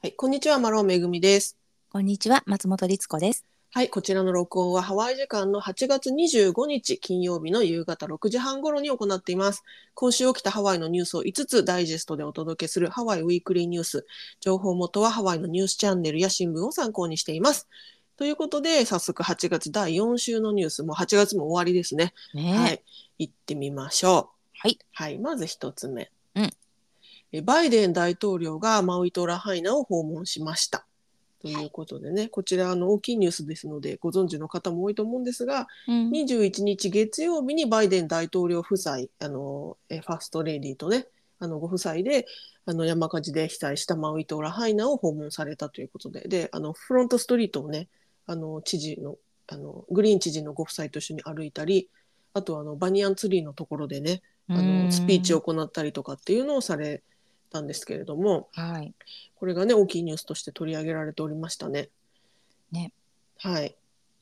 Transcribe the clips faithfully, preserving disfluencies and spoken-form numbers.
はい、こんにちは、マロンめぐみです。 こんにちは、松本律子です。 はい、こちらの録音はハワイ時間のはちがつにじゅうごにち金曜日の夕方ろくじはん頃に行っています。今週起きたハワイのニュースをいつつダイジェストでお届けするハワイウィークリーニュース。情報元はハワイのニュースチャンネルや新聞を参考にしています。ということで、早速はちがつだいよん週のニュース、もうはちがつも終わりですね。はねえ。 い、行ってみましょう。 はい。 はい、まず一つ目。 うん。 バイデン大統領がマウイ島ラハイナを訪問しました。というはい。 ことでね、こちらの大きいニュースですので、ご存知の方も多いと思うんですが、 うん。 にじゅういちにち月曜日にバイデン大統領夫妻、あのファーストレディとね、あのご夫妻であの山火事で被災したマウイ島ラハイナを訪問されたということで、で、あのフロントストリートをね、あの知事のあのグリーン知事のご夫妻と一緒に歩いたり、あとあのバニヤンツリーのところでね、 うーあのスピーチん。 を行ったりとかっていうのをされたんですけれども、 はい。 これがね大きいニュースとして取り上げられておりましたね。 ね。 はい。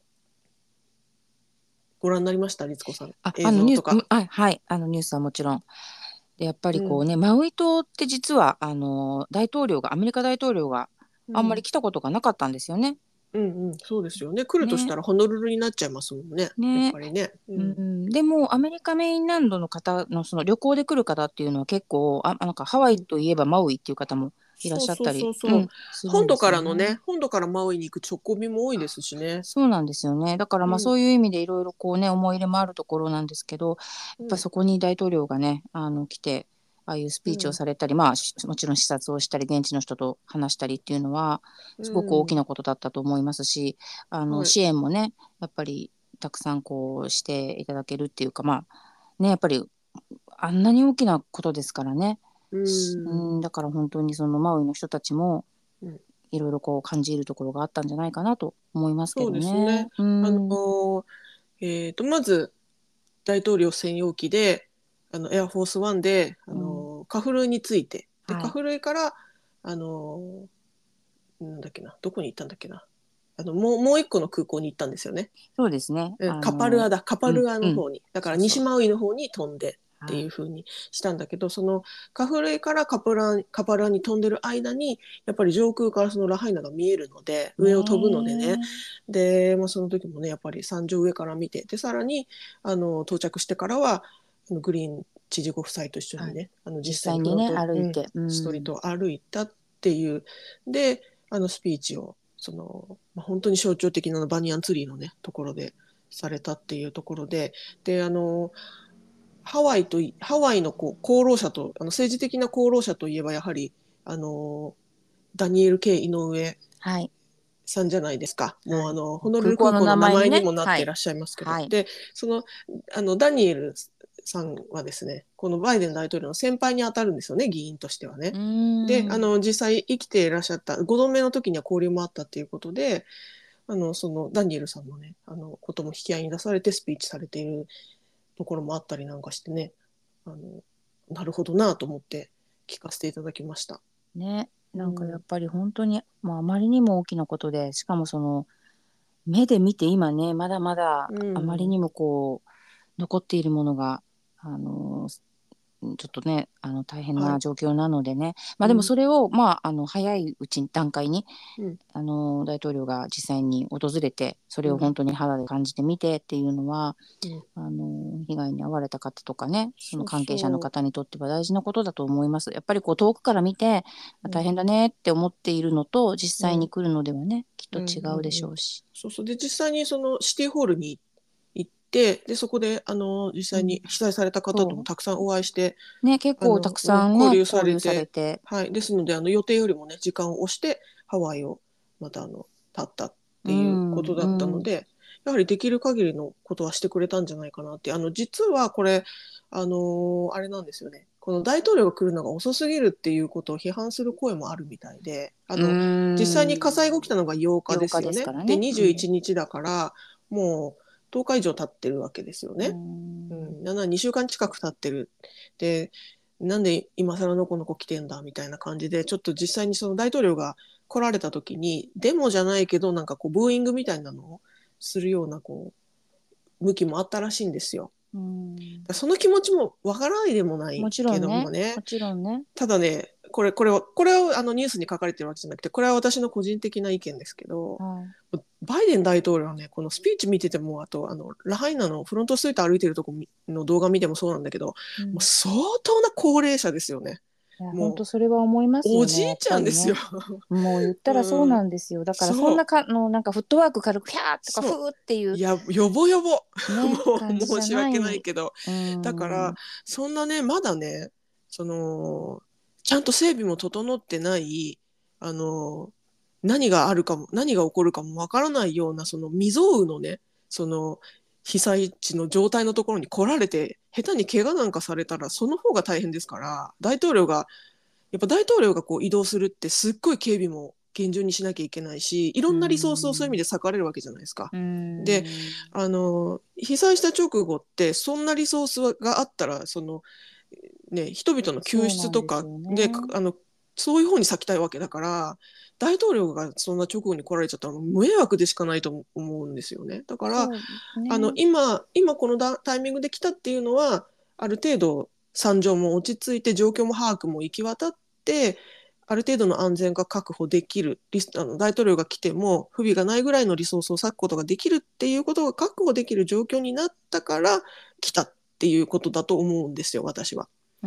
ご覧になりました律子さん、 あ、 映あのニュース、うん像とか。 あ、はい。あのニュースはもちろん。で、やっぱうん。 りこうね、マウイ島って実は、あの、大統領が、アメリカ大統領があんまりうん。 来たことがなかったんですよね。 うんうん、そうですよね。来るとしね。 たらホノルルになっちゃいますもんね。やっね。 ぱりね。ううん。 ん、でもアメリカメインランドの方のその旅行で来る方っていうのは結構あ、なんかハワイうん、 といえばマウイっていう方もいらっそうそうしゃったり、 そうそう。 うん、するんで本土すよね。 からのね、本土からマウイに行く直行便も多いですしね。 そうなんですよね。だからまあうん。 そういう意味でいろいろこうね思い入れもあるところなんですけど、やっぱうん。 そこに大統領がねあの来てああいうスピーチをうん。 されたり、まあしもちろん視察をしたり現地の人と話したりっていうのはうすごく大きん。 なことだったと思いますし、あのはい。 支援もねやっぱりたくさんこうしていただけるっていうか、まあねやっぱりあんなに大きなことですからね。 うしん。 うん、だから本当にそのマウイの人たちもうん。 いろいろこう感じるところがあったんじゃないかなと思いますけそうどですね。 ね。うあん。 の、えっと、まず、大統領専用機で、あの、エアフォースワンで、あうん。 の、カフルについて、で、カはい。 フルから、あの、なんだっけな、どこに行ったんだっけな。あの、もう、もう一個の空港に行ったんですよね。 そうですね。 うん、カパルあの、 アだ、カパうん、 ルアうん。 の方に。だからそうそう。 西マウイの方に飛んでってはい。 いう風にしたんだけど、そのカフレからカパルア、カパルアに飛んでる間に、やっぱり上空からそのラハイナが見えるので、 ね上を飛ぶのでね。 え。 で、まあ、その時もね、やっぱり山上上から見て、で、さらに、あの、到着してからは、あのグリーン知事ご夫妻と一緒はい。 にね、あの、 実実際際にね、 にフロント、うん、 歩いて。うストリーん。 トを歩いたっていう。で、あの、スピーチを、その、まあ、本当に象徴的なバニヤンツリーのね、ところで、されたっていうところで、で、あの、ハワイと、ハワイのこう功労者と、あの政治的な功労者といえば、やはり、あの、ダニエル・ケイ・井上はい。 さんじゃないですか。もはい。 うあの、ホノル空港のル空港の名前にね。 名前にもなっはい。 ていらっしゃいますけど、 はい。 で、その、あの、ダニエルさんはですね、このバイデン大統領の先輩に当たるんですよね、議員としてはね。 うーで、あん。 の、実際生きていらっしゃった、ごどめの時には交流もあったっていうことで、あの、そのダニエルさんのね、あの、ことも引き合いに出されてスピーチされているところもあったりなんかしてね、あの、なるほどなと思って聞かせていただきました。 ね。 うなんかやっん。 ぱり本当に、もうあまりにも大きなことで、しかもその、目で見て今ね、まだまだうあまりにん。 もこう、残っているものが、あのちょっとね、あの大変はい。 な状況なのでね、まあ、でもうん。 それを、まあ、あの早いうち段階にうん。 あの大統領が実際に訪れて、それをうん。 本当に肌で感じてみてっていうのは、 うん。 あの被害に遭われた方とかね、そのそう関係者のそ方にとっては大事なことだと思います。やっぱりこう遠くから見てう。うん。 大変だねって思っているのと、実うん。 際に来るのではね、きっうん。 と違うでしうん。 ょうし。 そうそう。で、実際にそのシティホールに行って、で、そこで、あの、実際にうん、 被災された方ともそたくさんお会いして、 うね、結あの、 構たくうん、 さんね、 交流さ交流されれて、 て、 はい。ですので、あの、予定よりもね、時間を押して、ハワイをまた、あの、立ったっうていうこん、 とだったうん、 ので、やはりできる限りのことはしてくれたんじゃないかなって。あの、実はこれ、あのあれなんですよね。この大統領が来るのが遅すぎるっていうことを批判する声もあるみたいで、あうの、実際に火災が起きん。 たのがようかで 8日すよね。 ですからで、 ね。うん。 にじゅういちにちだから、もうとおか以上経ってるわけですようね。うん。 ん、なんならにしゅうかん近く経ってる。で、なんで今更のこの子来てんだみたいな感じで、ちょっと実際にその大統領が来られた時に、デモじゃないけど、なんかこう、ブーイングみたいなのをするような、こう、向きもあったらしいんですよ。 うん。 その気持ちもわからないでもないもちろんね。 けどもね、 もちろんね。 ただね、 これこれをこれをあのニュースに書かれてるわけじゃなくて、これは私の個人的な意見ですけど、 はい、 バイデン大統領はね、このスピーチ見てても、あとあのラハイナのフロントストリート歩いてるとこの動画見てもそうなんだけど、 うん、 もう相当な高齢者ですよね。 いや本も当それは思いまうおじいすよね、やっちゃんですよ。 ぱりね。もう言ったらそううん、 なんですよ。だからそんなそうかのなんかフットワーク軽くヒャーとかそうフーっていういやよぼよぼね感もうじじゃ申し訳ないない。 けど、 うだからん、 そんなねまだねそのちゃんと整備も整ってないあの何があるかも何が起こるかもわからないようなその未曾有のねその被災地の状態のところに来られて下手に怪我なんかされたらその方が大変ですから、大統領がやっぱ大統領がこう移動するってすっごい警備も厳重にしなきゃいけないし、いろうんなリソースをそういう意味ん、 で割かれるわけじゃないですか。 うで、 ん、 あの被災した直後ってそんなリソースがあったらその、ね、人々の救そうな出とかんですよでね。 あのそういう方に割きたいわけだから、大統領がそんな直後に来られちゃったら迷惑でしかないと思うんですよね。だからそうですあのね。 今今このタイミングで来たっていうのはある程度惨状も落ち着いて状況も把握も行き渡ってある程度の安全が確保できるリスあの大統領が来ても不備がないぐらいのリソースを割くことができるっていうことが確保できる状況になったから来たっていうことだと思うんですよ私は。 うん、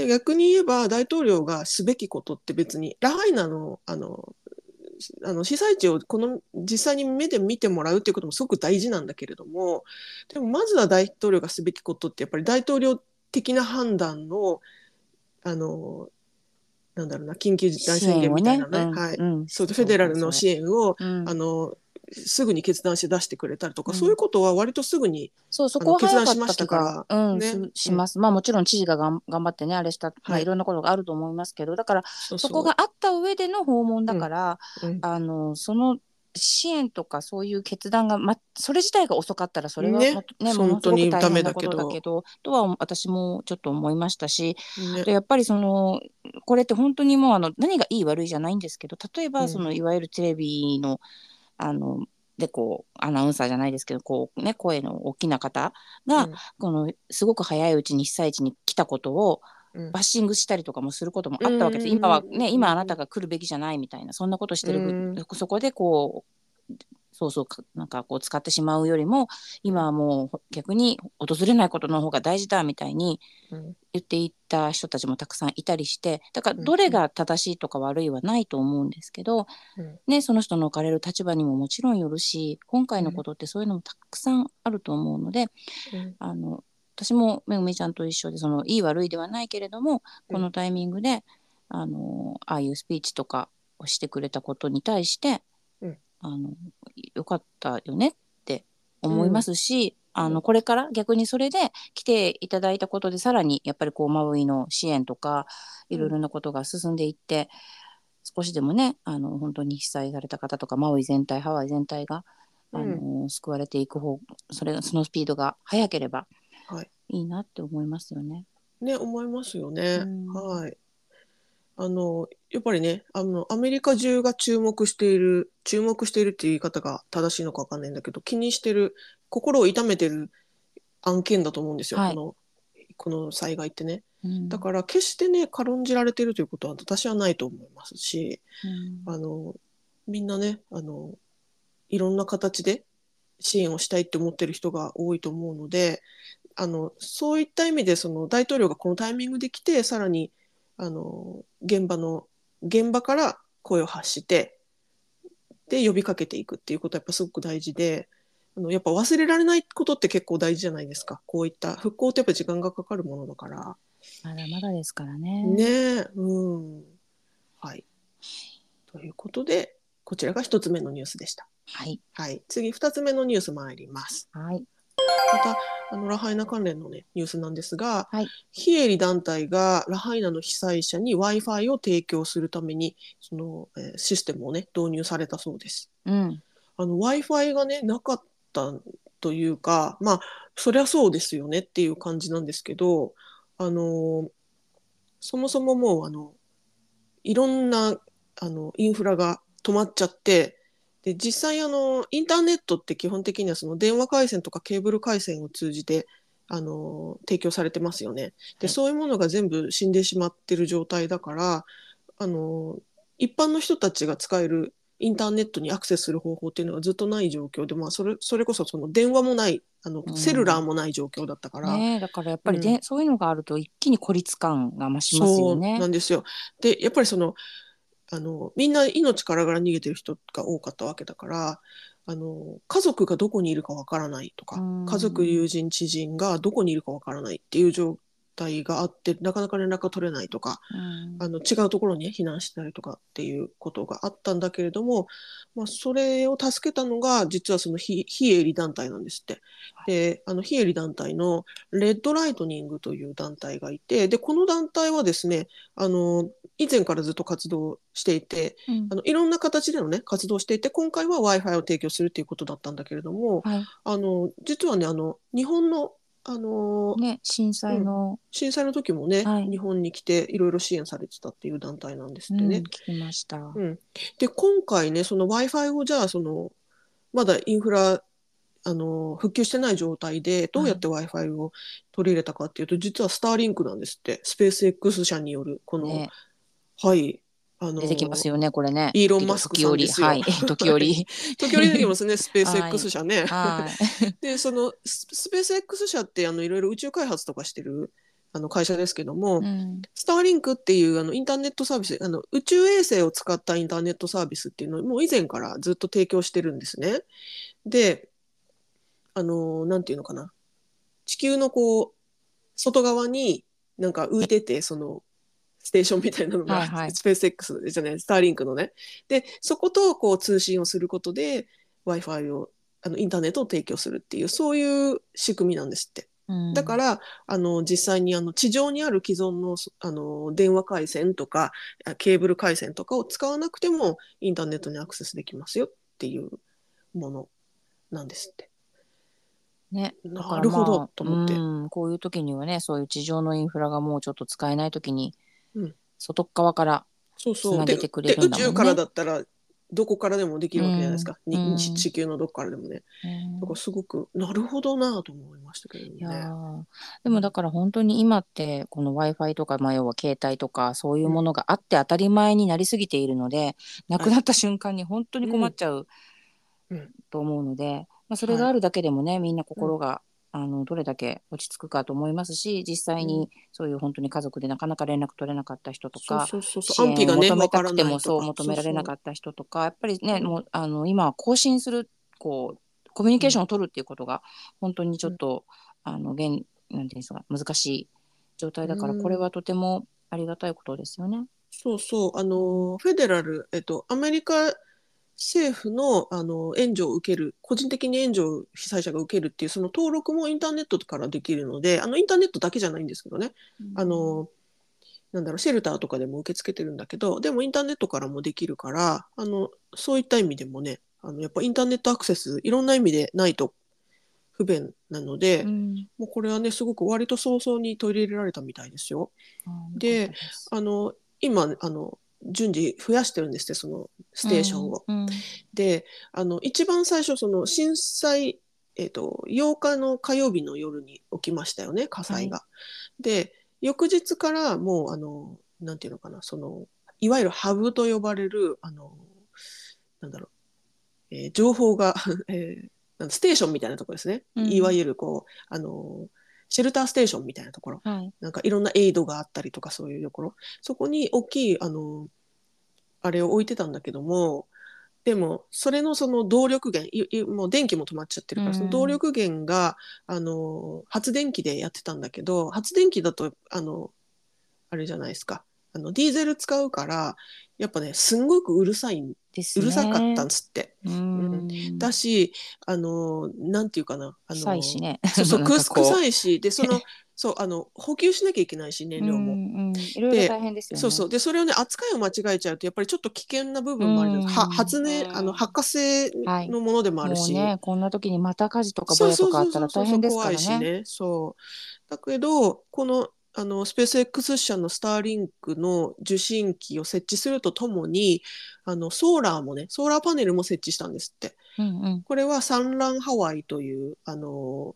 で逆に言えば大統領がすべきことって別にラハイナのあのあの被災地をこの実際に目で見てもらうっていうこともすごく大事なんだけれども、でもまずは大統領がすべきことってやっぱり大統領的な判断のあのなんだろうな緊急事態支宣言援をね、 みたいなね、 うん、 はい、 うん、 そうフェそうデラルのそうそ支援をう。うん、 あのすぐに決断して出してくれたりとか、そういううん。 ことは割とすぐにそう、そあのこは早かっ決断しました気が、 たからうん、 ね、 すしうん、 ます。まあもちろん知事ががん頑張ってね、あれした、まあいはい、 ろんなことがあると思いますけど、だからそこそうそがあった上での訪問う、うん、 だから、 うん、 あの、その支援とかそういう決断が、ま、それ自体が遅かったら、それはもね、 っとね、ものす本当ごく大にダメだ変なことだけけど、 ど、とは私もちょっと思いましたし、あとね、 やっぱりその、これって本当にもうあの、何がいい悪いじゃないんですけど、例えうん、 ばそのいわゆるテレビのあのでこうアナウンサーじゃないですけどこう、ね、声の大きな方がうん、 このすごく早いうちに被災地に来たことをうん、 バッシングしたりとかもすることもうあったわけです。今ん、 はね、今あなたうん、 が来るべきじゃないみたいなそんなことしてるふうん、 そこでこうそうそうかなんかこう使ってしまうよりも今はもう逆に訪れないことの方が大事だみたいにうん、 言っていた人たちもたくさんいたりしてだからうん、 どれが正しいとか悪いはないと思うんですけど、 うん、 ね、その人の置かれる立場にももちろんよるし今回のこうん、 とってそういうのもたくさんあると思うのでうん、 あの私もめぐみちゃんと一緒でそのいい悪いではないけれどもうん、 このタイミングであのああいうスピーチとかをしてくれたことに対してうん、 あのよかったよねってう思いまん、 すしあのこれから逆にそれで来ていただいたことでさらにやっぱりこうマウイの支援とかいろいろなことが進んでいって少しでもねあの本当に被災された方とかマウイ全体ハワイ全体があうん、 の救われていく方それそのスピードが速ければはい。 いいなって思いますよね。 ね、思いますようね。 ん、 はい。あの、やっぱりね、あの、アメリカ中が注目している、注目しているっていう言い方が正しいのかわかんないんだけど、気にしてる、心を痛めてる案件だと思うんですよ、 はい、 この、この災害ってね。 うん、 だから、決してね、軽んじられてるということは私はないと思いますし、 うん、 あの、みんなね、あの、いろんな形で支援をしたいって思ってる人が多いと思うので、あのそういった意味でその大統領がこのタイミングで来てさらにあの現場の現場から声を発してで呼びかけていくっていうことはやっぱすごく大事で、あのやっぱ忘れられないことって結構大事じゃないですか。こういった復興ってやっぱ時間がかかるものだからまだまだですからね。 ねえ、うん、はい。ということでこちらが一つ目のニュースでした。 はい、 はい、次二つ目のニュース参ります。 はい、 またあのラハイナ関連の、ね、ニュースなんですが、 はい、 非営利団体がラハイナの被災者に Wi-Fi を提供するためにその、えーシステムを、ね、導入されたそうです。 うん、 あの Wi-Fi が、ね、なかったというか、まあそりゃそうですよねっていう感じなんですけど、あのそもそももうあのいろんなあのインフラが止まっちゃって、で実際あのインターネットって基本的にはその電話回線とかケーブル回線を通じてあの提供されてますよね。で、 はいそういうものが全部死んでしまってる状態だから、あの一般の人たちが使えるインターネットにアクセスする方法っていうのはずっとない状況で、まあ、それ、それこそその電話もない、あのセルラーもない状況だったから、 ねえ、だからやっぱりで、 うん、 そういうのがあると一気に孤立感が増しますよそうね。 なんですよ。で、やっぱりその、あのみんな命からがら逃げてる人が多かったわけだから、あの家族がどこにいるかわからないとうか、家族、 ん。 友人、知人がどこにいるかわからないっていう状態があって、なかなか連絡が取れないとか、 うん。 あの違うところに、ね、避難したりとかっていうことがあったんだけれども、まあ、それを助けたのが実はその非非営利団体なんですって。で、あの非営利団体のレッドライトニングという団体がいて、でこの団体はですね、あの以前からずっと活動していて、 うん。 あのいろんな形での、ね、活動していて、今回は Wi-Fi を提供するということだったんだけれども、 はい。 あの実はね、あの日本の、あのね、震うん、 災の、 震災の時もね、 はい。 日本に来ていろいろ支援されてたっていう団体なんですうん、 ってね。 聞きました。 うん、で今回ね、その Wi-Fi をじゃあそのまだインフラあの復旧してない状態でどうはい。 やって Wi-Fi を取り入れたかっていうと、実はスターリンクなんですって。スペース X 社によるこの、 ね、 はいあ出てきまのすよね、これね。 イーロン・時々、 マスク時折、 さんですよ。 はい。時はい、 折。 時折出てきますね、スペースはい。 X 社ね。 はい。 で、そのススペース X 社ってあのいろいろ宇宙開発とかしてるあの会社ですけども、 うん。 スターリンクっていうあのインターネットサービス、あの宇宙衛星を使ったインターネットサービスっていうのをもう以前からずっと提供してるんですね。で、あのなんていうのかな、地球のこう外側になんか浮いてて、そのステーションみたいなのがはいはい。 スペース X じゃない、スターリンクのね。で、そことこう通信をすることで Wi-Fi を、あのインターネットを提供するっていう、そういう仕組みなんですって。 うん。 だからあの実際にあの地上にある既存の、あの電話回線とかケーブル回線とかを使わなくてもインターネットにアクセスできますよっていうものなんですって。 ね。だかなるほどらまあ、 と思って。 うん、こういう時にはね、そういう地上のインフラがもうちょっと使えない時に、 うん、 外っ側からつなそうそう。で、 げてくれるんで宇宙からだもんね。 だったらどこからでもできるわけじゃないですうん。 か。 うにん。 地球のどこからでもね。だからうん。 すごくなるほどなと思いましたけれどもいやね。 ー、でうん、 もだから本当に今ってこの Wi-Fi とか、まあ、要は携帯とかそういううん、 ものがあって当たり前になりすぎているので、なはい。 くなった瞬間に本当にうん、 困っちゃううん、 と思うので、まあ、それはい。 があるだけでもね、みんなうん、 心があのどれだけ落ち着くかと思いますし、実際うん。 にそういう本当に家族でなかなか連絡取れなかった人とそうか、 そうそうそう。 支援を安否がね、 求めたくわからてもそうないとか。 求められなそうそかった人とか、やっぱりう。 ね、 うん、 もうあの今は更新する、こうコミュニうん、 ケーションを取るっていうことが本当にちょうん。 っとあの現なんていうんですか、難しい状態うだから、これん、 はとてもありがたいことですよね。 そうそう。あうん。 の、フェデラル、えっと、アメリカ政府の、あの援助を受ける、個人的に援助を被災者が受けるっていう、その登録もインターネットからできるので、あのインターネットだけじゃないんですけどね、 うん。 あのなんだろう、シェルターとかでも受け付けてるんだけど、でもインターネットからもできるから、あのそういった意味でもね、あのやっぱインターネットアクセス、いろんな意味でないと不便なので、 うん。 もうこれはね、すごく割と早々に取り入れられたみたいですよ。 あー、よかったで、 です。 あの今あの順次増やしてるんですって、そのスうテーションん。 を。 うん。 で、あの一番最初、その震災、えっと、ようかの火曜日の夜に起きましたよね、火はい。 災が。で、翌日からもう、あの、なんていうのかな、その、いわゆるハブと呼ばれる、あの、なんだろう、えー情報が、えーステーションみたいなところですね。 うん。 いわゆる、こう、あの、シェルターステーションみたいなところ。 はい。 なんかいろんなエイドがあったりとかそういうところ。そこに大きい、あの、あれを置いてたんだけども、でも、それのその動力源、もう電気も止まっちゃってうるから、その動ん。 力源が、あの、発電機でやってたんだけど、発電機だと、あの、あれじゃないですか。あの、ディーゼル使うから、やっぱね、すんごくうるさい、 ですうるさかったんね。 ですって。 ううん。 ん。 だし、あの、なんていうかな、あの、 臭いしね。 そうそう、 なんくすかこ臭いし、で、その、そう、あの、補給しなきゃいけないし、 う、う燃料も。 ん、うん。いろいろ大で、 変ですよね。 そうそう。で、それをね、扱いを間違えちゃうと、やっぱりちょっと危険な部う分もあるじゃないですか。はん。 発う熱、あの、 ん。 発火性はい。 のものでもあるし、 もうね、こんな時にまた火事とかぼそうやとそうそうかあったらそうそうそう、 大変です怖からね。 いしね。そう。だけど、この、あの、スペース X 社のスターリンクの受信機を設置するとともに、あの、ソーラーもね、ソーラーパネルも設置したんですって。 うん、うん。 これはサンランハワイという、あの、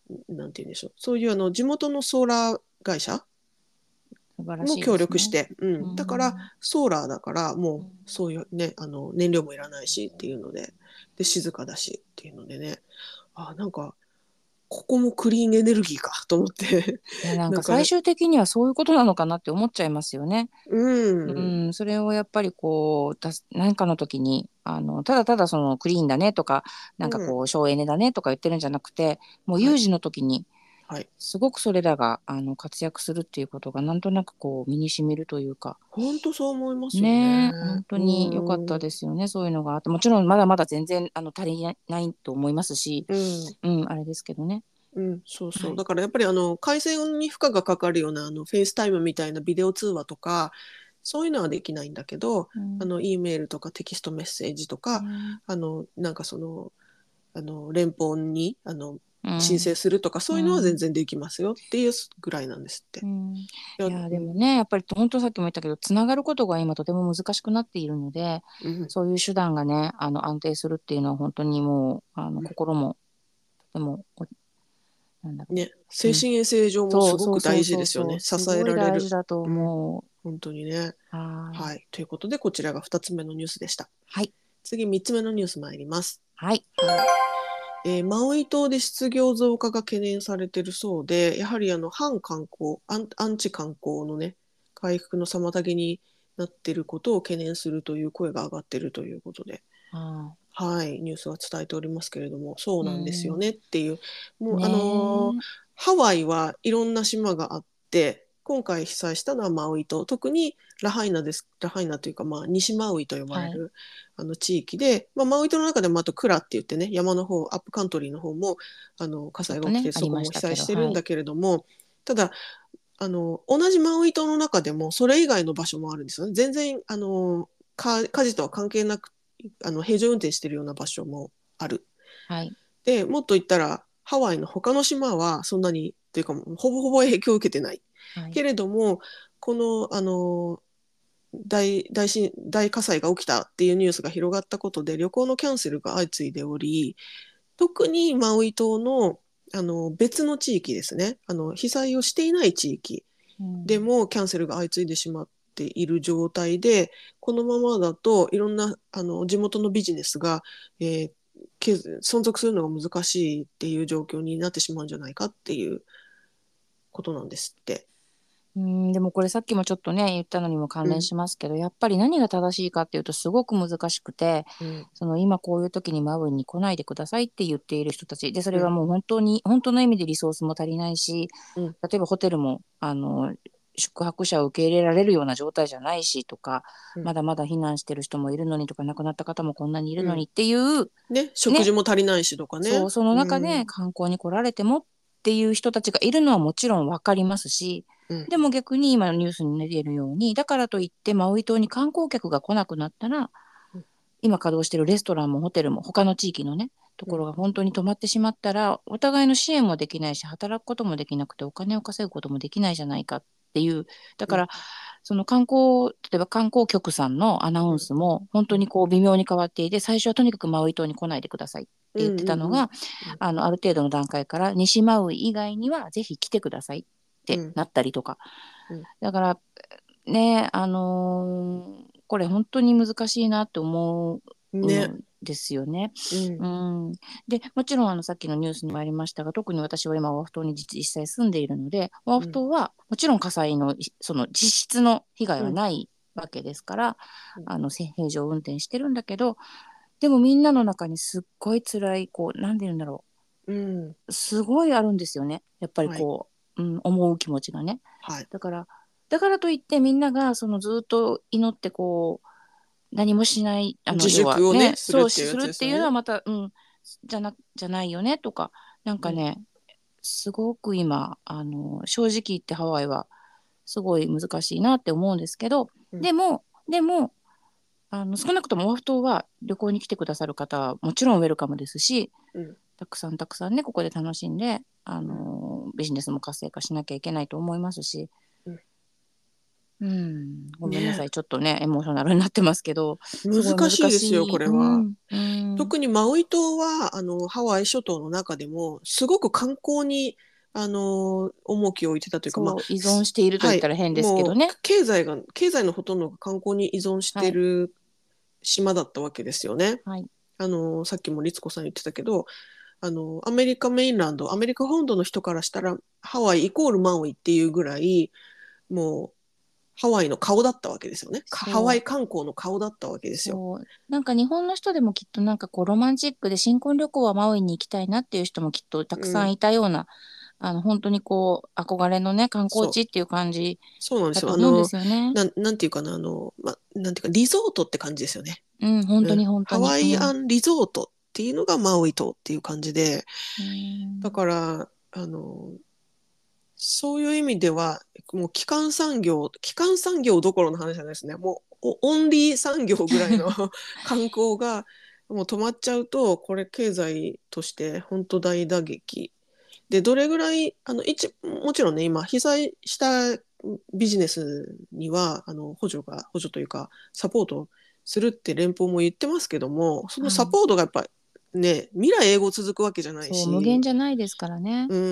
なんて言うんでしょう、そういうあの地元のソーラー会社素晴らしいですね。 も協力して、ううんん、だからソーラーだからもうんうそういうね、あの燃料もいらないしっていうので、で静かだしっていうのでね、あ、なんかここもクリーンエネルギーかと思っていや、なんなんか、 か最終的にはそういうことなのかなって思っちゃいますよね。ううん、 ん、それをやっぱりこう、出す、何かの時に、あの、ただただそのクリーンだねとか、なんかうん、 こう、省エネだねとか言ってるんじゃなくて、もうはい、 有事の時に、 はい。 すごくそれらが、あの、活躍するっていうことが、なんとなくこう、身に染みるというか、 本当そう思いますよねえ、 ね。 本当に良かったうん、 ですよね、そういうのがあって。もちろんまだまだ全然、あの、足りないと思いますし、 うん、 うん、あれですけどね。 うん、そうそう。 はい。 だからやっぱりあの回線に負荷がかかるようなあのフェイスタイムみたいなビデオ通話とか、そういうのはできないんだけど、 うん、 あの E メールとかテキストメッセージとか、 うん、 あのなんかそのあの連邦にあの申うん、 請するとかそういうのは全うん。 然できますよっていうぐらいなんですって。 うん、 いや、 いやうん、 でもね、やっぱり本当さっきも言ったけど、つながることが今とても難しくなっているので、 うん、 そういう手段がね、あの安定するっていうのは本当にもう、あの心もとても、おなんだろね、 う、うん、 精神衛生上もそうすごく大そうそう事ですよね。 そうそう、 支すごいえられる。 大事だとうん、 思う。 本当にね。 はい。 はい。ということで、こちらがふたつめのニュースでした。 はい。 次、みっつめのニュース参ります。 はい。 はい。えーマウイ島で失業増加が懸念されているそうで、やはりあの反観光アン、アンチ観光のね、回復の妨げになっていることを懸念するという声が上がっているということで、 ははい、ニュースは伝えておりますけれども、そうい。うなんですよん。 ねっていう、もうあのーねハワイはいろんな島があって、今回被災したのはマウイ島、特にラハイナです、ラハイナというか、まあ、西マウイと呼え。はい。 ばれるあの地域で、まあ、マウイ島の中でもあとクラって言ってね、山の方、アップカントリーの方もあの火ちょっとね、 災が起きて、 ありそこも被ましたけど、 災してるはい。 んだけれども、ただ、あの同じマウイ島の中でもそれ以外の場所もあるんですよね。全然あの火事とは関係なくあの平常運転してるような場所もある。 はい。 でもっと言ったらハワイの他の島はそんなにというかほぼほぼ影響を受けてない。 はい。 けれどもこのあの大大震大火災が起きたっていうニュースが広がったことで旅行のキャンセルが相次いでおり、特にマウイ島のあの別の地域ですね、あの被災をしていない地域うん。 でもキャンセルが相次いでしまっている状態で、このままだといろんなあの地元のビジネスが、えー存続するのが難しいっていう状況になってしまうんじゃないかっていうことなんですって。 うん、でもこれさっきもちょっとね言ったのにも関連うん、 しますけど、やっぱり何が正しいかっていうとすごく難しくて、 うん、 その今こういう時にマウイに来ないでくださいって言っている人たちで、そうん、 れはもう本当に本当の意味でリソースも足りないし、 うん、 例えばホテルもあの宿泊者を受け入れられるような状態じゃないしとか、 うん、 まだまだ避難してる人もいるのにとか亡くなった方もこんなにいるうん。 のにっていうね、食ね、 事も足りないしとかね。 そう、そのう中でん、 観光に来られてもっていう人たちがいるのはもちろん分かりますし、 うん、 でも逆に今のニュースに出ているように、だからといってマウイ島に観光客が来なくなったら、 うん、 今稼働しているレストランもホテルも他の地域のね、とうん、 ころが本当に止まってしまったら、お互いの支援もできないし、働くこともできなくて、お金を稼ぐこともできないじゃないかっていう、だうん、 から、その観光、例えば観光局さんのアナウンスも本当にこう微妙に変わっていて、最初はとにかくマウイ島に来ないでくださいって言っうん、うん、うん、 てたのが、あの、ある程度の段階から西マウイ以外にはぜひ来てくださいってうん、 なったりとか。 うん、 だからね、あのーこれ本当に難しいなって思うね、 のですよね。 うん、 うん、で、もちろんあのさっきのニュースにもありましたが、特に私は今オアフ島に実実際住んでいるので、オアうん、 フ島はもちろん火災のその実質の被害うん、 はないわけですから、 うん、 あの平常運転してるんだけど、でもみんなの中にすっごい辛い、こう、なんて言うんだろうん、 う、すごいあるんですよね。やっぱりはい、 こう、うん、思う気持ちがね。 はい。 だから、だからといってみんながそのずっと祈ってこう、何もしない、あの、 自要は粛をね、 ね、 するっていうやそうするっつですよね。 ていうのはまた、うん、じゃな、じゃないよねとか、なんうん、 かね、すごく今、あの、正直言ってハワイはすごい難しいなって思うんですけど、 うん、 でも、でも、あの、少なくともオアフ島は旅行に来てくださる方はもちろんウェルカムですし、 うん、 たくさんたくさんね、ここで楽しんで、あうん、 の、ビジネスも活性化しなきゃいけないと思いますし、 うん。 うん、ごめんなさねい、ちょっとねエモーショナルになってますけど、すごい難難しいですよ、 しい。 これうは。 ん、うん、 特にマウイ島は、あの、ハワイ諸島の中でも、すごく観光に、あの、重きを置いてたというか、まあ、 そう依存していると言ったはい、 ら変ですけどもう、 ね。 経済が、経済のほとんどが観光に依存しはい、 てる島だったわけですよね。 はい、 あの、さっきも律子さん言ってたけど、あの、アメリカメインランド、アメリカ本土の人からしたら、ハワイイコールマウイっていうぐらい、もう、ハワイの顔だったわけですよね。ハワイそう。 観光の顔だったわけですよ。 そう。なんか日本の人でもきっとなんかこうロマンチックで新婚旅行はマウイに行きたいなっていう人もきっとたくさんうん。 いたような、あの本当にこう憧れのね観光そう。 地っていう感じそうなんですよ。 だと思うんであの、 すよね。 なん、なんていうかな、あの、ま、なんていうか、リゾートって感じですよね。 うん、本当うん。 に本当に。 ハワうん。 イアンリゾートっていうのがマウイ島っていう感じで、 うだん。 から、あの、そういう意味では、もう基幹産業、基幹産業どころの話じゃないですね。もうオンリー産業ぐらいの観光がもう止まっちゃうと、これ経済として本当大打撃。で、どれぐらい、あの、一、もちろんね、今、被災したビジネスには、あの、補助が、補助というか、サポートするって連邦も言ってますけども、そのはい。 サポートがやっぱね、未来永劫続くわけじゃないそう無限し、 じゃないですからね。 うん、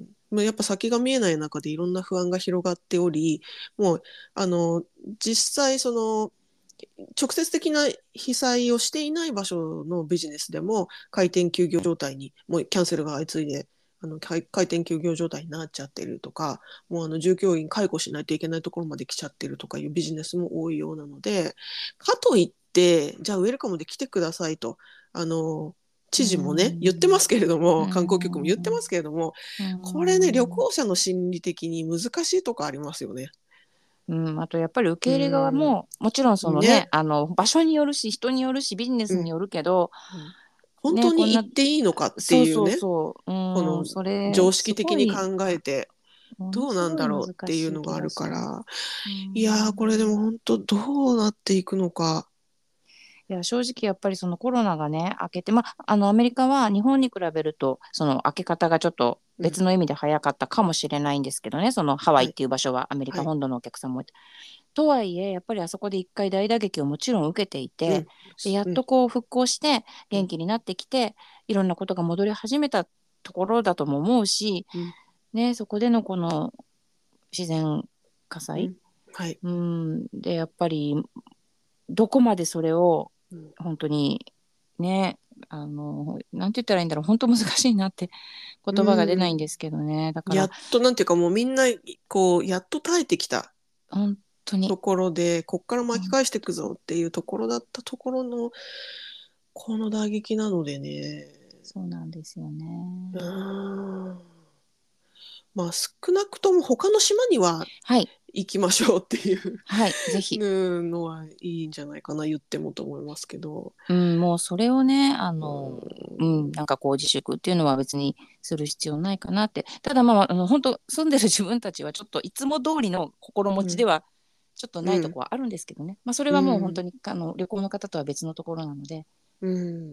まあやっぱ先が見えない中でいろんな不安が広がっており、もう、あの、実際その、直接的な被災をしていない場所のビジネスでも開店休業状態に、もうキャンセルが相次いで、あの開開店休業状態になっちゃってるとか、もうあの従業員解雇しないといけないところまで来ちゃってるとかいうビジネスも多いようなので、かといって、じゃあウェルカムで来てくださいと、あの、 う知事もね、言ってまん。 すけれどうも、観光局も言ってまん。 すけれども、 うこれね、旅ん。 行者の心理的に難しいとこありますよね。 うん、あとやっぱり受うけ入れ側ん。 ももちろんそのね。 ねあの場所によるし人によるしビジネうん。 スによるけどうん、本当ねこんなに行っていいのかってそうそういうね、 そう、うん、 このそれ常識すごい的に考えてものどうなんすごい難だろうっていうしいのがある気がします。 から、 ういやー、これでもん。 本当どうなっていくのか。 いや正直やっぱりそのコロナがね明けてまああのアメリカは日本に比べるとその明け方がちょっとうん。 別の意味で早かったかもしれないんですけどねそのハワイはい。 っていう場所はアメリはい。 カ本土のお客さんもいてとはいえ、やっぱりあそこで一回大打撃をもちろん受けていて、 うん。 で、やっうん。 とこう復興してうん。 元気になってきて、いろんなことが戻り始めたところだとも思うし、 うん。 ね、そこでのこの自然火災、 うん。はい。 うん、で、やっぱりどこまでそれをうん。 本当にね、あの、なんて言ったらいいんだろう、本当難しいなってう言葉が出ないんん、 ですけどね。だから、 やっとなんていうかもうみんな、こう、やっと耐えてきた本当に、 ところで、こっから巻きうん返していくぞっていうところだったところの、この打撃なのでね。 そうなんですようね。 ーん。まあ少なくとも他の島にははい、 行きましょうっていうはい、ぜひ。 のはいいんじゃないかな、言ってもと思いますけど。 うん、もうそれをね、あうの、うん、 ん。 なんかこう自粛っていうのは別にする必要ないかなって。ただまあ、あの、本当住んでる自分たちはちょっといつも通りの心持うん。 ちではちょっとないとうん。 こはあるんですけどね。まあそれうはもう本当ん。 にあの旅行の方とは別のところなので。 うん。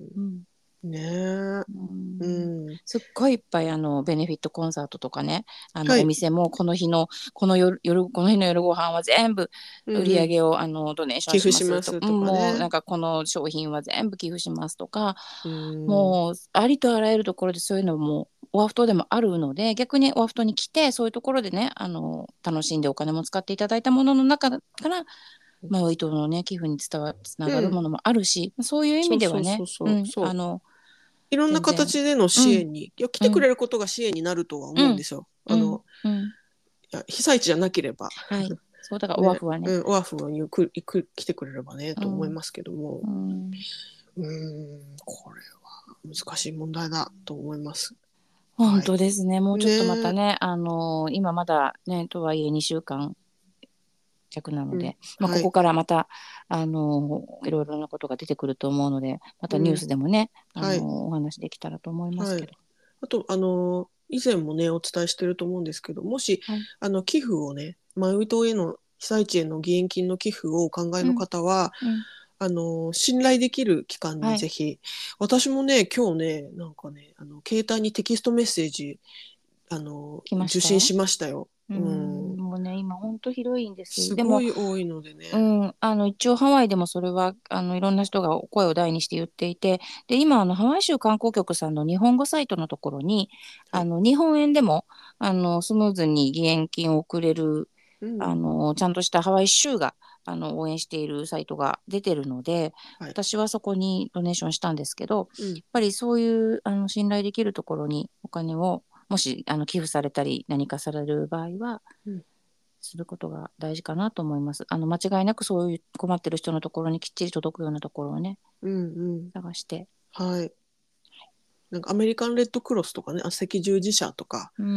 うん。 ねえ。 ううん、 ん。 すっごいいっぱいあのベネフィットコンサートとかね、あのおはい。 店もこの日のこの夜、夜この日の夜ご飯は全部売り上うんうん。 げをあのドネーション寄付しますと、 しますとうん、 かね。 もうなんかこの商品は全部寄付しますとか、 うん。 もうありとあらゆるところでそういうのもオアフ島でもあるので、逆にオアフ島に来てそういうところでねあの楽しんでお金も使っていただいたものの中からマウイ島のね寄付に伝わつなうん。 がるものもあるし、そういう意そうそうそ味ではね、 うそう。 うん、 そう。 あのいろんな全然、 形でのうん支援に、いや、来てくうんれることが支援になるとはうん思うんですよ。あうんの、 うん、 いや被災地じゃなければ。 はい、そうだからオアね。 フはね、 うん、オアフは行く、行く、来てくれればね、と思いうんますけども。 うん、 うーん、これは難しい問題だと思います。は本い。 当ですね。もうちょっとまたね。 ね、あのー今まだね、とはいえにしゅうかん弱なのうん。 で、まあ、ここはい。 からまた、あのーいろいろなことが出てくると思うので、またニューうん。 スでもね、あのーはい。 お話できたらと思いますはい。 けど。 あと、あの、以前もね、お伝えしてると思うんですけど、もし、 はい。 あの、寄付をね、マウイ島への被災地への義援金の寄付をお考えのうん、 方は、 うん。 あの、信頼できる機関にはい。 ぜひ、私もね、今日ね、なんかね、あの、携帯にテキストメッセージ、あの、 来ました。 受信しましたよ。 ううん、 ん、もうね、今本当広いんです。 すでも、 ごい多いのでね。 うん、あの一応ハワイでもそれはあのいろんな人が声を大にして言っていて、で今あのハワイ州観光局さんの日本語サイトのところにはい。 あの日本円でもあのスムーズに義援金を送れるうん。 あのちゃんとしたハワイ州があの応援しているサイトが出てるので、 はい。 私はそこにドネーションしたんですけど、 うん。 やっぱりそういうあの信頼できるところにお金をもしあの寄付されたり何かされる場合はうん。 することが大事かなと思います。あの間違いなくそういう困ってる人のところにきっちり届くようなところをね、 うん。うん。 探して。 はい。なんかアメリカンレッドクロスとかね、あ、赤十字社とか、 うん、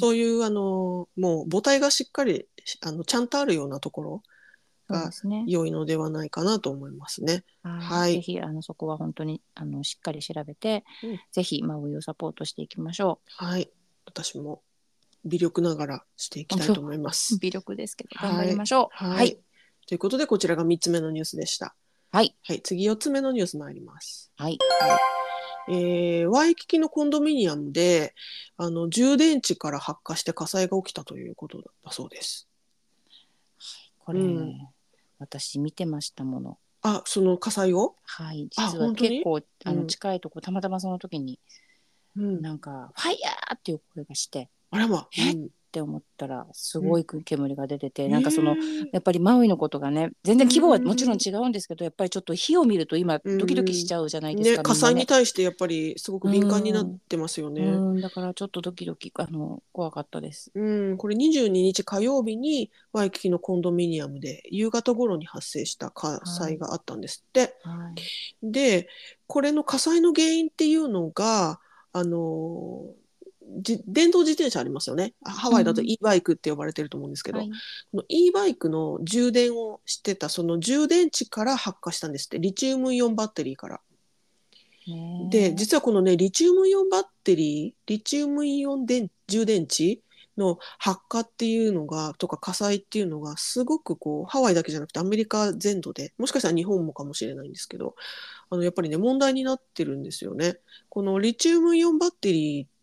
そういうあの、もう母体がしっかり、あの、ちゃんとあるようなところそうでがすね。 良いのではないかなと思いますね。 はい。 はい。 ぜひ、あの、そこは本当に、あの、しっかり調べて、 うん。 ぜひ、マウイをサポートしていきましょはい。私も微力ながらしていきう。そたいと思いまう、 す。 微力ですけど、頑張はい。 りましょう。はい。 はい。ということで、こちらがみっつめのニュースでした。 はい。 はい。次よっつめのニュース参ります。 はい。 はい。えーワイキキのコンドミニアムで、あの、充電池から発火して火災が起きたということだそうです。 これ、 うん。 私見てましたもの。 あ、その火災を。 はい。 あ、 実は本当に。 結構、あの、 うん。 近いとこ、たまたまその時に、 うん。 なんか、ファイヤーっていう声がして、 あらま。うえっん。 て思ったらすうん。 ごい煙が出てて、 えなんかそのー、 やっぱりマウイのことがね、全う然規模はもちろんん。 違うんですけど、やっぱりちょっと火を見ると今うドキドキしちん。 ゃうじゃないですね、 か、 火災にみんなね。 対してやっぱりすごくう敏感になっん、 てますよね。 うん、だからちょっとドキドキ、あの怖かったです。 うん、これにじゅうににち火曜日にワイキキのコンドミニアムで夕方頃に発生した火はい、 災があったんですって。 はい。 で、これの火災の原因っていうのが、あの、じ電動自転車ありますよね。ハワイだとうん、 e バイクって呼ばれてると思うんですけど、 はい。 この e バイクの充電をしてたその充電池から発火したんですって。リチウムイオンバッテリーから。で、 ね実はこのね、リチウムイオンバッテリー、リチウムイオン電充電池の発火っていうのが、とか火災っていうのが、すごくこう、ハワイだけじゃなくてアメリカ全土で、もしかしたら日本もかもしれないんですけど、あの、やっぱりね、問題になってるんですよね。このリチウムイオンバッテリーって、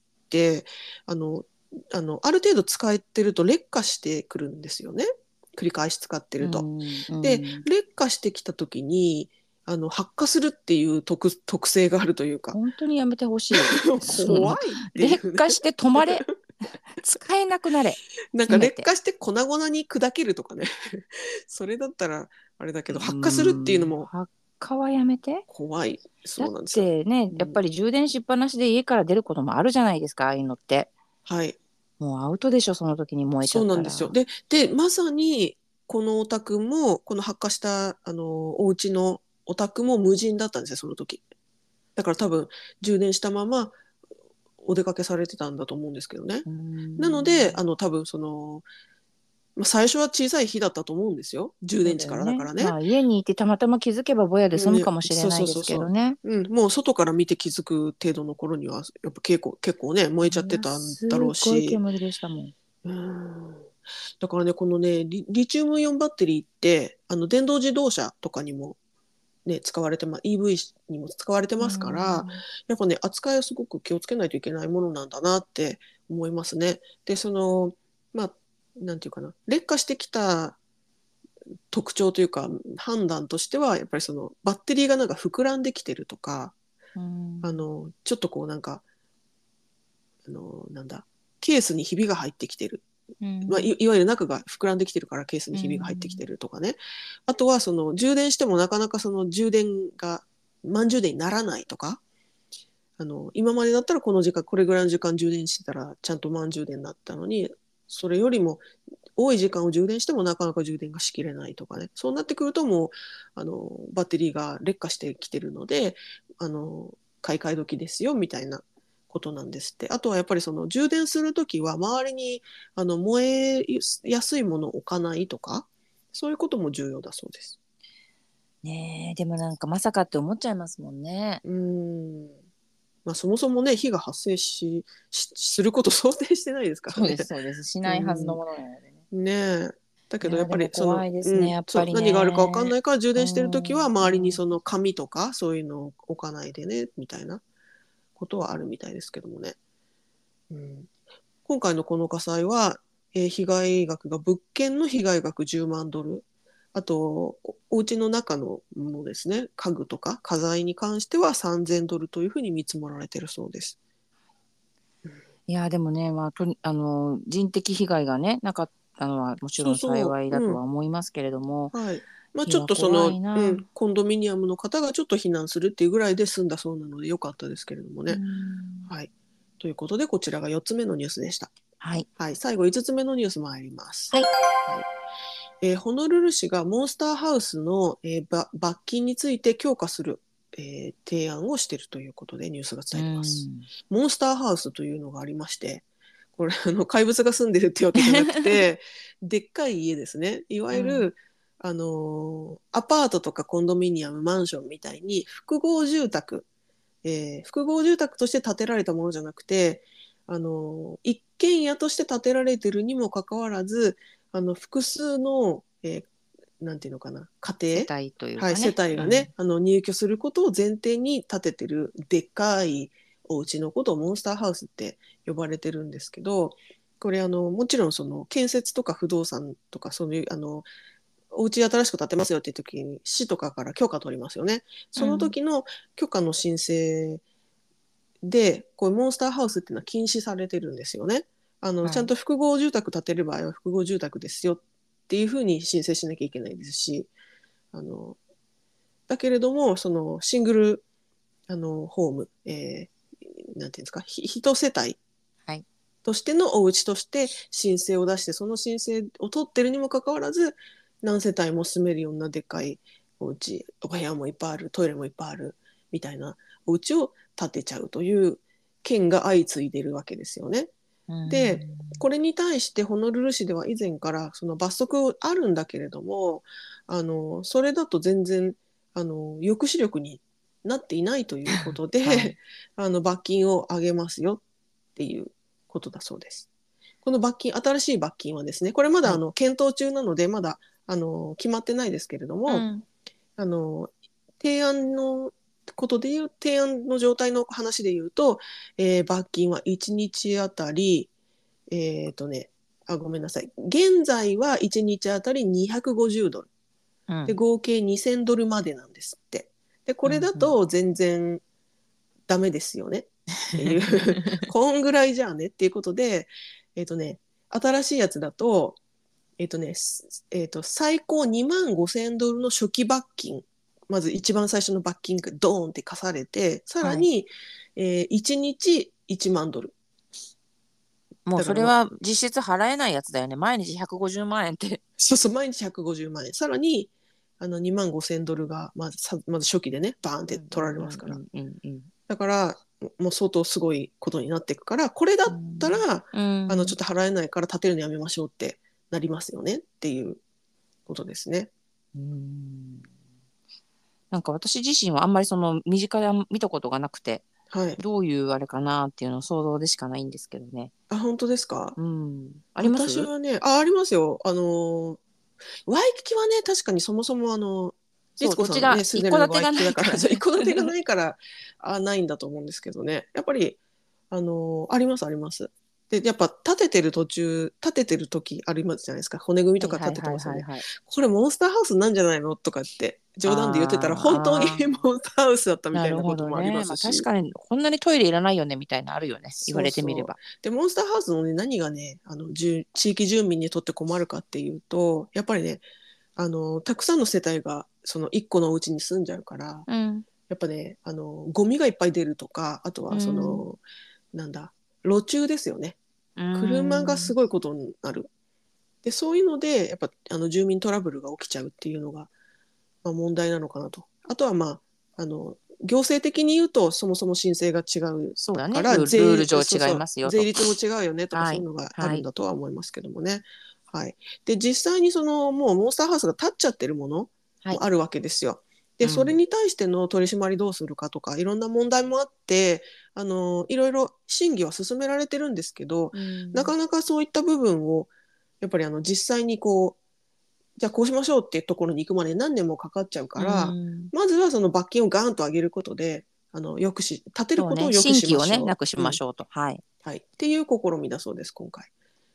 あの、あの、ある程度使えてると劣化してくるんですよね。繰り返し使ってうると。 ん、うで、 ん。 劣化してきた時に、あの、発火するっていう特、特性があるというか、 本当にやめてほしい。その怖いっていうね。 劣化して止まれ、使えなくなれ、 なんかせめて。 劣化して粉々に砕けるとかね。それだったら、あれだけうど、発火するっていうのん、 も発火はやめて。 怖い。 だっそうなんですよ。 てね、 うん、 やっぱり充電しっぱなしで家から出ることもあるじゃないですか、ああいうのって。 はい。 もうアウトでしょ、その時に燃えちゃそうなんですよ。 ったら。 で、で、まさに、このお宅も、この発火した、あの、お家のお宅も無人だったんですよ、その時。だから多分、充電したままお出かけされてたんだと思うんですけどね。 うーなので、あん。 の、多分、その、まあ、最初は小さい火だったと思うんですよ。充そう電池からだかだよね。 らね。 まあ家にいてたまたま気づけばぼやで済うんね、 むかもしれそうないですそうそうそけどね。 う。うん、もう外から見て気づく程度の頃には、やっぱ結構、結構ね、燃えちゃっていや、 たんだろすうごいし、 煙でしたもん。 うん。だからね、このね、リ、リチウムイオンバッテリーって、あの、電動自動車とかにもね、使われてま、イーブイ にも使われてうーますから、 ん。 やっぱね、扱いをすごく気をつけないといけないものなんだなって思いますね。で、その、まあ、なんていうかな、劣化してきた特徴というか、判断としては、やっぱりその、バッテリーがなんか膨らんできてるとか、 うーん。 あの、ちょっとこうなんか、あの、なんだ、ケースにひびが入ってきてる。 うまあ、 ん。 いいわゆる中が膨らんできてるからケースにうひびが入ってきん。 てるとかね。あとはその充電してもなかなかその充電が満充電にならないとか。あの今までだったらこの時間これぐらいの時間充電してたらちゃんと満充電になったのに、それよりも多い時間を充電してもなかなか充電がしきれないとかね。そうなってくるともうあのバッテリーが劣化してきてるので、あの買い替え時ですよみたいなことなんですって。あとはやっぱりその充電するときは周りにあの燃えやすいものを置かないとか、そういうことも重要だそうです。 ねえ、でもなんかまさかって思っちゃいますもんね。 うーん。まあそもそもね、火が発生し、しすること想定してないですからね。 そうです、そうです。しうないはずのん。 ものなのでね。 ねえ。だけどやっぱいやーでもりその、 怖いですね、 うん、そう、 やっぱり何があるかわかんね。 ないから充う電してるときはん、 周りにうん。 その紙とかそういうのを置かないでね、みたいなことはあるみたいですけどもね。うん、今回のこの火災は、 えー被害額が物件の被害額じゅうまんドル、あとおお家の中のものですね、家具とか家財に関してはさんぜんドルというふうに見積もられているそうです。 いやでもね、まあ、とにあの人的被害がねなかったのはもちろんそうそ幸いう、うん、 だとは思いますけれども、 はい。まあ、 いやちょっとその、 怖いな。 うん、コンドミニアムの方がちょっと避難するっていうぐらいで済んだそうなのでよかったですけれどもうね。 ん。 はい。ということで、こちらがよっつめのニュースでした。 はい。 はい。最後いつつめのニュース参ります。 はい。 はい。えーホノルル市がモンスターハウスの、えーば罰金について強化する、えー提案をしているということでニュースがう伝えています。 ん。 モンスターハウスというのがありまして、これあの怪物が住んでるっていうわけじゃなくて、でっかい家ですね。いわゆる、 うんあのーアパートとかコンドミニアム、マンションみたいに複合住宅、えー複合住宅として建てられたものじゃなくて、あの一軒家として建てられているにもかかわらず、あの複数の、えーなんていうのかな、家世庭、 帯というはい、世かね。 帯がね、あの入居することを前提に建ててるでっかいお家のことをモンスターハウスって呼ばれてるんですけど、これあのもちろんその建設とか不動産とかそういうあのお家新しく建てますよっていう時に市とかから許可取りますよね。そのうん。 時の許可の申請で、こういうモンスターハウスっていうのは禁止されてるんですよね。あの、ちゃんはい。 と複合住宅建てる場合は複合住宅ですよっていうふうに申請しなきゃいけないですし、あの、だけれども、そのシングル、あの、ホーム、えー、なんていうんですか、ひ一世帯はい。 としてのお家として申請を出して、その申請を取ってるにもかかわらず、何世帯も住めるようなでっかいお家、お部屋もいっぱいある、トイレもいっぱいある、みたいなお家を建てちゃうという件が相次いでいるわけですよね。 うで、 ん。 これに対してホノルル市では以前からその罰則あるんだけれども、あの、それだと全然、あの、抑止力になっていないということで、 はい。 あの、罰金を上げますよっていうことだそうです。この罰金、新しい罰金はですね、これまだはい。 あの検討中なので、まだあの決まってないですけれども、 うん。 あの提案のことで言う、提案の状態の話で言うと、えー罰金はいちにちあたり、えっ、とね、あ、ごめんなさい。現在はいちにちあたりにひゃくごじゅうドル。で、 うん。 合計にせんドルまでなんですって。で、これだうん。うん。 と全然ダメですよねっていうこんぐらいじゃあねっていうことで、えっ、とね、新しいやつだと、えっ、とね、えっ、と、最高にまんごせんドルの初期罰金。まず一番最初の罰金がドーンって課されて、さらはい。 に、えー、いちにちいちまんドル。 もうそれだからまあ、 は実質払えないやつだよね。毎日ひゃくごじゅうまん円って。 そうそう、毎日ひゃくごじゅうまん円。さらに、あの、にまんごせんドルが、まずさ、まず初期でね、バーンっうて取らんうんうれますから。 んうんうんだから、もう相当すごいことになっていくから、これだうったら、 ん。 あの、ちょっうん。 と払えないから建てるのやめましょうってなりますよねっていうことですね。 うん。なんか私自身はあんまりその身近で見たことがなくて、 はい。 どういうあれかなっていうのを想像でしかないんですけどね。 あ、本当ですか？ うん。あります。 私はね、あ、ありますよ。あの、ワイキキはね、確かにそもそもあの、 そう、 律子土地がさんね、住ん一戸建てでるのワイがないキキだから、そう、一からね。 戸建てがないから、あ、ないんだと思うんですけどね。やっぱり、あの、あります、あります。で、やっぱ建ててる途中、建ててる時ありますじゃないですか。骨組みとか建はいはいはいててますよね。 はいはい。 これモンスターハウスなんじゃないのとかって冗談で言ってたら、本当にあーあモンスターハウスだったー、なるみたいなこともありまほどね。ますし。 あ確かにこんなにトイレいらないよねみたいなのあるよね。言わそうそう。 れてみれば。 で、モンスターハウスのね、何がね、あの、地域住民にとって困るかっていうと、やっぱりね、あの、たくさんの世帯がその一個のお家に住んじゃうから、 うん。 やっぱね、あの、ゴミがいっぱい出るとか、あとうはそん。 の、なんだ、路駐ですよね。 う車がすん。 ごいことになる。で、そういうので、やっぱ、あの、住民トラブルが起きちゃうっていうのが、まあ、問題なのかなと。あとは、まあ、あの、行政的に言うと、そもそも申請が違うそうだね。 から、 ルール、ルール税、 上違いそうそう、 ますよと。 税率も違うよねとか、 はい。 そういうのがあはい。 るんだとは思いますけどもね。はい。で、実際にその、もうモンスターハウスが建っちゃってるものはい。 もあるわけですよ。で、それうん。 に対しての取り締まりどうするかとか、いろんな問題もあって、あの、いろいろ審議は進められてるんですけど、 うん。 なかなかそういった部分を、やっぱりあの、実際にこう、じゃあこうしましょうっていうところに行くまで何年もかかっちゃううから、 ん。 まずはその罰金をガーンと上げることで、あの、抑止、立てるそうね。 ことを抑止し新規をね、なましょくしう。うん。 ましょうと。はい。 はい。っていう試みだそうです、今回。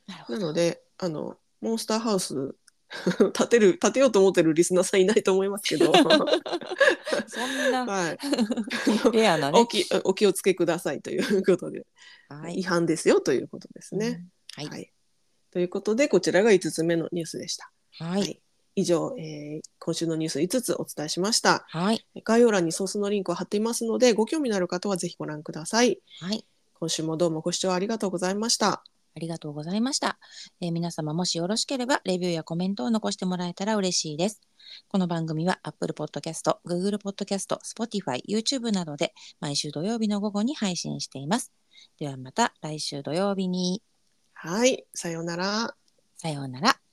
なるほど。 なのであのモンスターハウス建てる建てようと思ってるリスナーさんいないと思いますけどそんなはいレアなね。 お気お気をつけくださいということで、 はい。 違反ですよということですね。 うんはい、 はい、ということでこちらがいつつめのニュースでした。 はい。 はい、以上、えー今週のニュースいつつお伝えしました。 はい。 概要欄にソースのリンクを貼っていますので、ご興味のある方はぜひご覧ください。 はい。 今週もどうもご視聴ありがとうございました。 ありがとうございました、えー皆様もしよろしければレビューやコメントを残してもらえたら嬉しいです。この番組は Apple Podcast、Google Podcast、Spotify、YouTube などで毎週土曜日の午後に配信しています。ではまた来週土曜日に。 はい、さようなら。 さようなら。